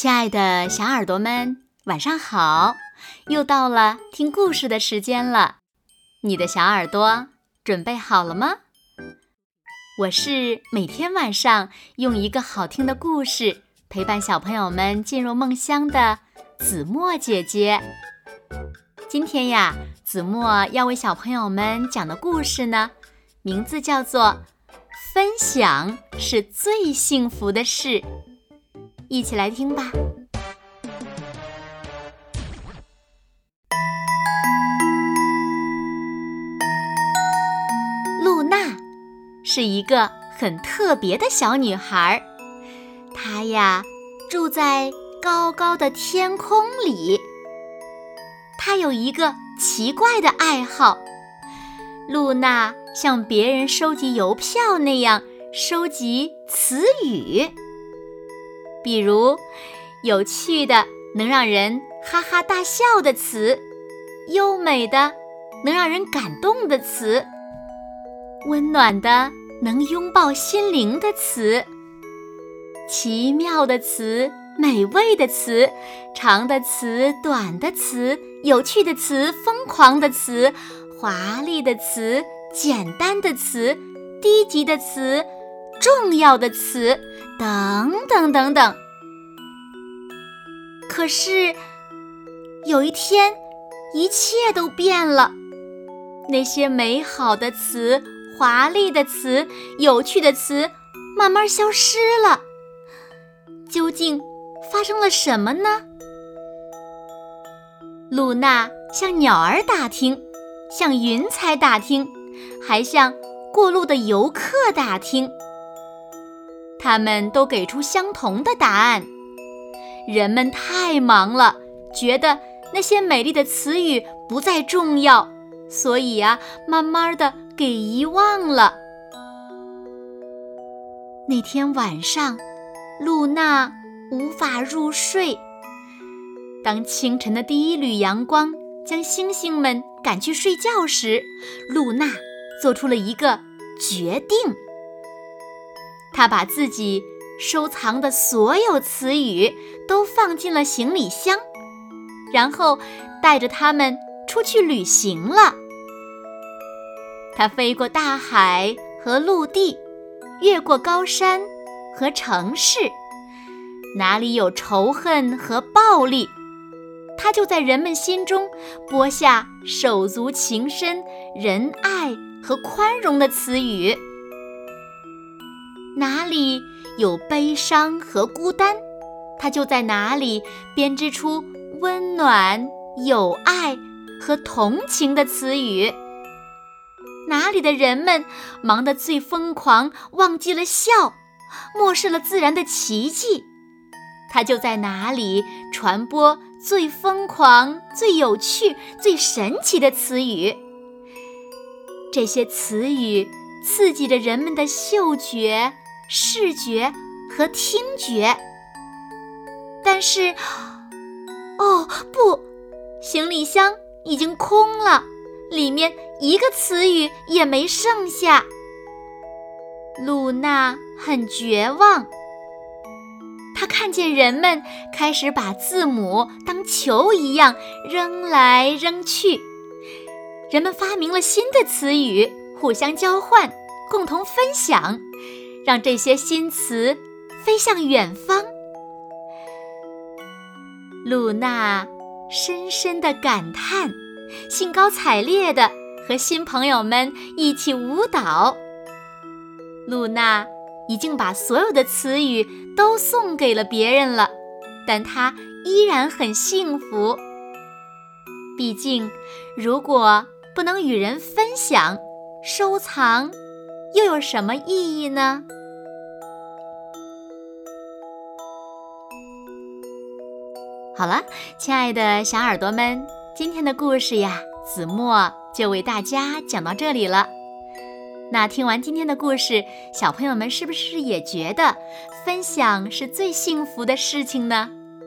亲爱的小耳朵们，晚上好！又到了听故事的时间了，你的小耳朵准备好了吗？我是每天晚上用一个好听的故事陪伴小朋友们进入梦乡的子墨姐姐。今天呀，子墨要为小朋友们讲的故事呢，名字叫做分享是最幸福的事。一起来听吧。露娜是一个很特别的小女孩，她呀住在高高的天空里。她有一个奇怪的爱好，露娜像别人收集邮票那样收集词语。比如有趣的能让人哈哈大笑的词，优美的能让人感动的词，温暖的能拥抱心灵的词，奇妙的词，美味的词，长的词，短的词，有趣的词，疯狂的词，华丽的词，简单的词，低级的词，重要的词，等等等等。可是有一天，一切都变了，那些美好的词，华丽的词，有趣的词慢慢消失了。究竟发生了什么呢？露娜向鸟儿打听，向云彩打听，还向过路的游客打听。他们都给出相同的答案。人们太忙了，觉得那些美丽的词语不再重要，所以慢慢的给遗忘了。那天晚上，露娜无法入睡。当清晨的第一缕阳光将星星们赶去睡觉时，露娜做出了一个决定。她把自己收藏的所有词语都放进了行李箱，然后带着它们出去旅行了。她飞过大海和陆地，越过高山和城市，哪里有仇恨和暴力，她就在人们心中播下手足情深、仁爱和宽容的词语。哪里有悲伤和孤单，他就在哪里编织出温暖、友爱和同情的词语。哪里的人们忙得最疯狂，忘记了笑，漠视了自然的奇迹，他就在哪里传播最疯狂、最有趣、最神奇的词语。这些词语刺激着人们的嗅觉、视觉和听觉。但是，哦不，行李箱已经空了，里面一个词语也没剩下。露娜很绝望，她看见人们开始把字母当球一样扔来扔去，人们发明了新的词语，互相交换，共同分享，让这些新词飞向远方。露娜深深地感叹，兴高采烈地和新朋友们一起舞蹈。露娜已经把所有的词语都送给了别人了，但她依然很幸福。毕竟，如果不能与人分享、收藏，又有什么意义呢？好了，亲爱的小耳朵们，今天的故事呀，子墨就为大家讲到这里了。那听完今天的故事，小朋友们是不是也觉得分享是最幸福的事情呢？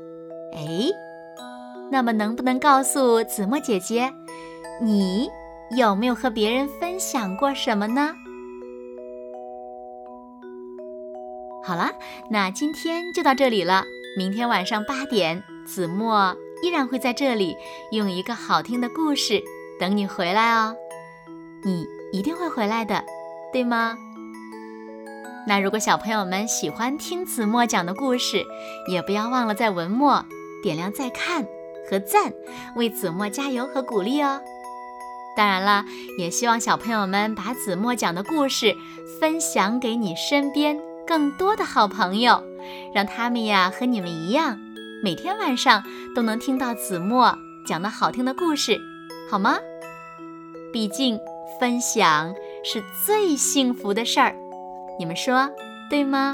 那么能不能告诉子墨姐姐，你有没有和别人分享过什么呢？好了，那今天就到这里了。 明天晚上8点，子墨依然会在这里用一个好听的故事等你回来哦。你一定会回来的，对吗？那如果小朋友们喜欢听子墨讲的故事，也不要忘了在文末点亮再看和赞，为子墨加油和鼓励哦。当然了，也希望小朋友们把子墨讲的故事分享给你身边更多的好朋友，让他们呀和你们一样，每天晚上都能听到子墨讲的好听的故事，好吗？毕竟分享是最幸福的事儿，你们说对吗？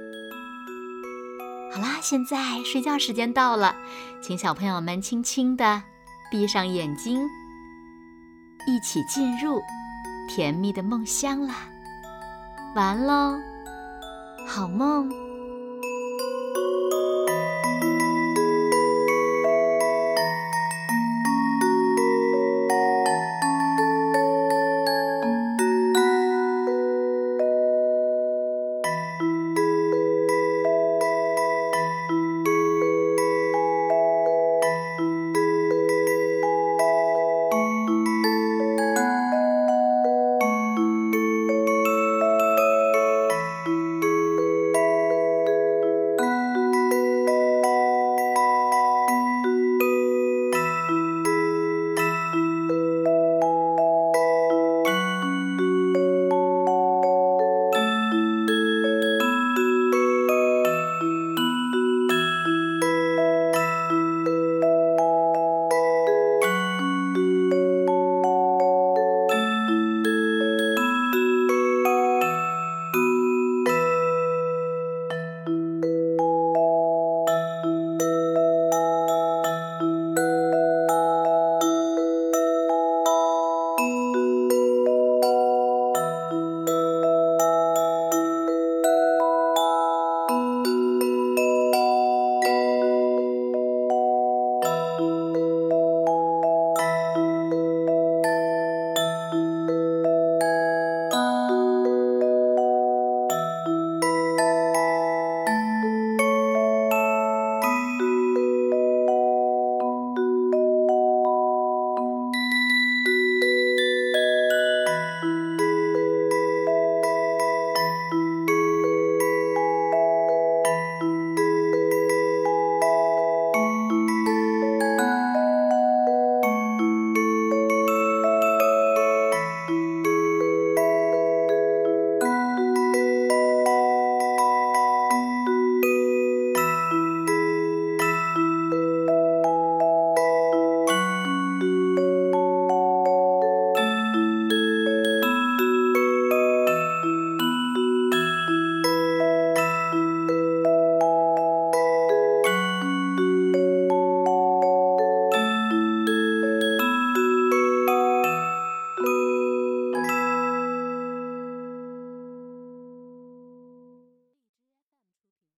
好啦，现在睡觉时间到了，请小朋友们轻轻地闭上眼睛，一起进入甜蜜的梦乡啦。完喽，好梦。